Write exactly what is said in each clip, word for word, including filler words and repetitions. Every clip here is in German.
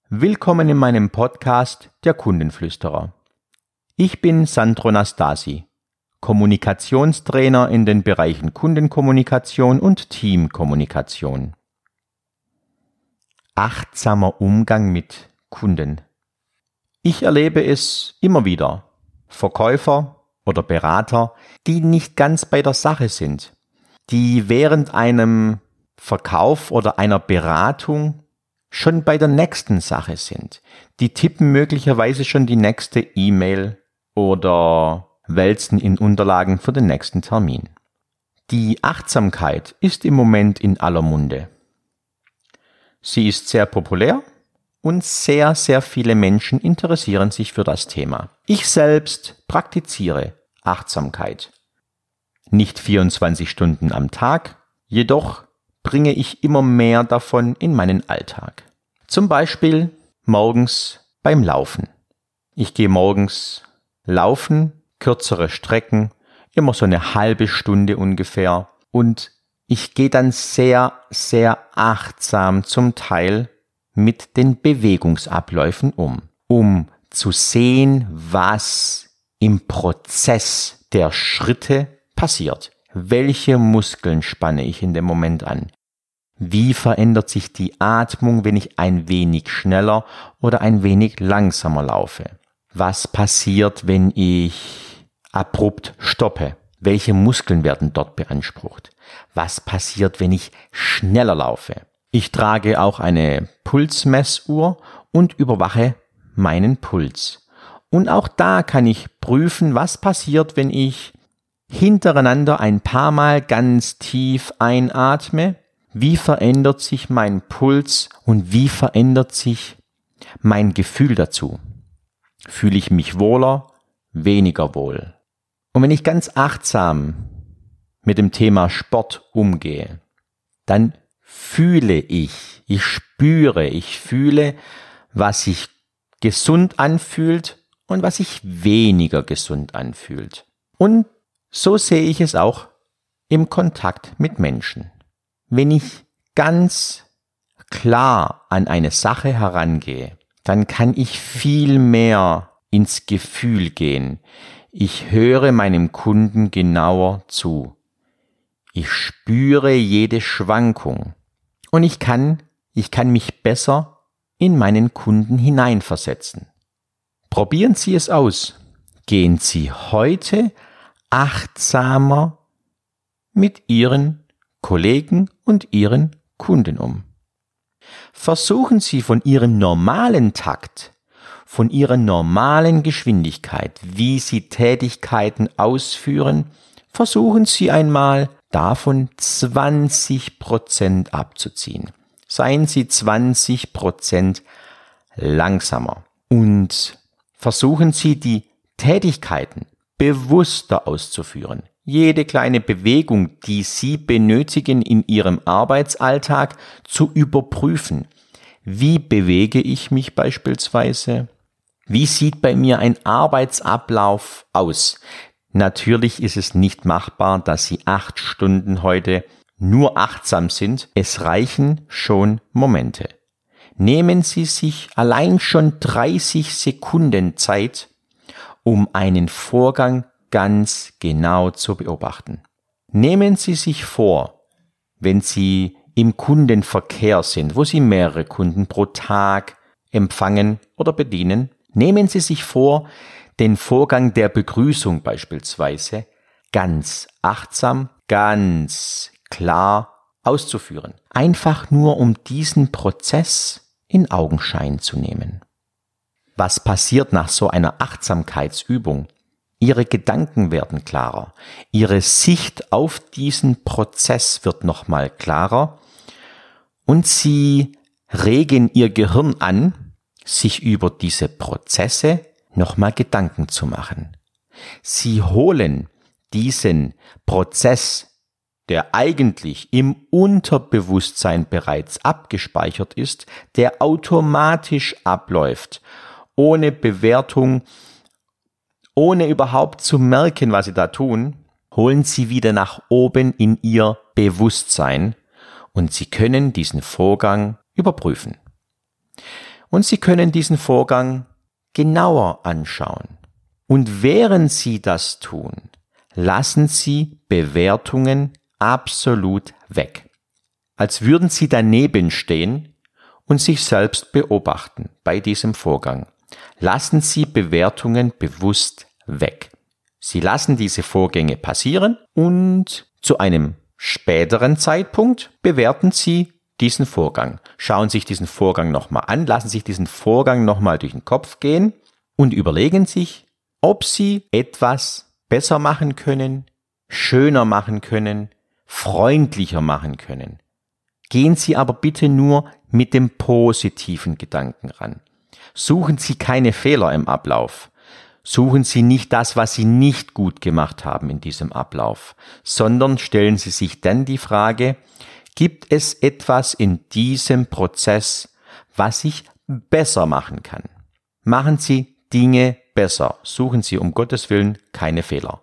Willkommen in meinem Podcast Der Kundenflüsterer. Ich bin Sandro Nastasi, Kommunikationstrainer in den Bereichen Kundenkommunikation und Teamkommunikation. Achtsamer Umgang mit Kunden. Ich erlebe es immer wieder. Verkäufer oder Berater, die nicht ganz bei der Sache sind, die während einem Verkauf oder einer Beratung schon bei der nächsten Sache sind. Die tippen möglicherweise schon die nächste E-Mail oder wälzen in Unterlagen für den nächsten Termin. Die Achtsamkeit ist im Moment in aller Munde. Sie ist sehr populär und sehr, sehr viele Menschen interessieren sich für das Thema. Ich selbst praktiziere Achtsamkeit. Nicht vierundzwanzig Stunden am Tag, jedoch bringe ich immer mehr davon in meinen Alltag. Zum Beispiel morgens beim Laufen. Ich gehe morgens laufen, kürzere Strecken, immer so eine halbe Stunde ungefähr. Und ich gehe dann sehr, sehr achtsam zum Teil mit den Bewegungsabläufen um, um zu sehen, was im Prozess der Schritte passiert. Welche Muskeln spanne ich in dem Moment an? Wie verändert sich die Atmung, wenn ich ein wenig schneller oder ein wenig langsamer laufe? Was passiert, wenn ich abrupt stoppe? Welche Muskeln werden dort beansprucht? Was passiert, wenn ich schneller laufe? Ich trage auch eine Pulsmessuhr und überwache meinen Puls. Und auch da kann ich prüfen, was passiert, wenn ich hintereinander ein paar Mal ganz tief einatme. Wie verändert sich mein Puls und wie verändert sich mein Gefühl dazu? Fühle ich mich wohler, weniger wohl? Und wenn ich ganz achtsam mit dem Thema Sport umgehe, dann fühle ich, ich spüre, ich fühle, was sich gesund anfühlt und was sich weniger gesund anfühlt. Und so sehe ich es auch im Kontakt mit Menschen. Wenn ich ganz klar an eine Sache herangehe, dann kann ich viel mehr ins Gefühl gehen. Ich höre meinem Kunden genauer zu. Ich spüre jede Schwankung und ich kann, ich kann mich besser in meinen Kunden hineinversetzen. Probieren Sie es aus. Gehen Sie heute achtsamer mit Ihren Kollegen und Ihren Kunden um. Versuchen Sie von Ihrem normalen Takt, von Ihrer normalen Geschwindigkeit, wie Sie Tätigkeiten ausführen, versuchen Sie einmal davon zwanzig Prozent abzuziehen. Seien Sie zwanzig Prozent langsamer und versuchen Sie die Tätigkeiten bewusster auszuführen. Jede kleine Bewegung, die Sie benötigen in Ihrem Arbeitsalltag, zu überprüfen. Wie bewege ich mich beispielsweise? Wie sieht bei mir ein Arbeitsablauf aus? Natürlich ist es nicht machbar, dass Sie acht Stunden heute nur achtsam sind. Es reichen schon Momente. Nehmen Sie sich allein schon dreißig Sekunden Zeit, um einen Vorgang ganz genau zu beobachten. Nehmen Sie sich vor, wenn Sie im Kundenverkehr sind, wo Sie mehrere Kunden pro Tag empfangen oder bedienen, nehmen Sie sich vor, den Vorgang der Begrüßung beispielsweise ganz achtsam, ganz klar auszuführen. Einfach nur, um diesen Prozess in Augenschein zu nehmen. Was passiert nach so einer Achtsamkeitsübung? Ihre Gedanken werden klarer, Ihre Sicht auf diesen Prozess wird nochmal klarer und Sie regen Ihr Gehirn an, sich über diese Prozesse nochmal Gedanken zu machen. Sie holen diesen Prozess, der eigentlich im Unterbewusstsein bereits abgespeichert ist, der automatisch abläuft, ohne Bewertung, ohne überhaupt zu merken, was Sie da tun, holen Sie wieder nach oben in Ihr Bewusstsein und Sie können diesen Vorgang überprüfen. und Sie können diesen Vorgang genauer anschauen. Und während Sie das tun, lassen Sie Bewertungen absolut weg. Als würden Sie daneben stehen und sich selbst beobachten bei diesem Vorgang. Lassen Sie Bewertungen bewusst weg. Sie lassen diese Vorgänge passieren und zu einem späteren Zeitpunkt bewerten Sie diesen Vorgang. Schauen sich diesen Vorgang nochmal an, lassen sich diesen Vorgang nochmal durch den Kopf gehen und überlegen sich, ob Sie etwas besser machen können, schöner machen können, freundlicher machen können. Gehen Sie aber bitte nur mit dem positiven Gedanken ran. Suchen Sie keine Fehler im Ablauf. Suchen Sie nicht das, was Sie nicht gut gemacht haben in diesem Ablauf, sondern stellen Sie sich dann die Frage, gibt es etwas in diesem Prozess, was ich besser machen kann? Machen Sie Dinge besser. Suchen Sie um Gottes Willen keine Fehler.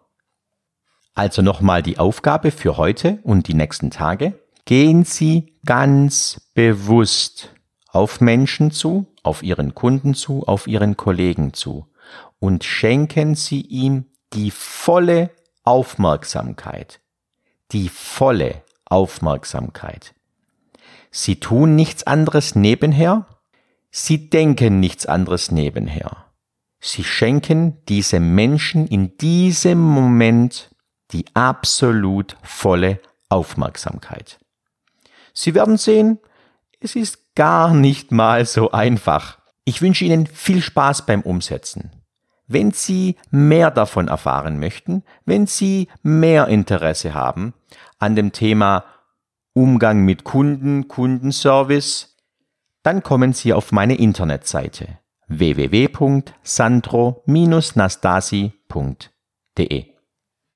Also nochmal die Aufgabe für heute und die nächsten Tage. Gehen Sie ganz bewusst auf Menschen zu, auf Ihren Kunden zu, auf Ihren Kollegen zu und schenken Sie ihm die volle Aufmerksamkeit. Die volle Aufmerksamkeit. Sie tun nichts anderes nebenher, Sie denken nichts anderes nebenher. Sie schenken diesem Menschen in diesem Moment die absolut volle Aufmerksamkeit. Sie werden sehen, es ist gar nicht mal so einfach. Ich wünsche Ihnen viel Spaß beim Umsetzen. Wenn Sie mehr davon erfahren möchten, wenn Sie mehr Interesse haben an dem Thema Umgang mit Kunden, Kundenservice, dann kommen Sie auf meine Internetseite w w w punkt sandro Bindestrich nastasi punkt de.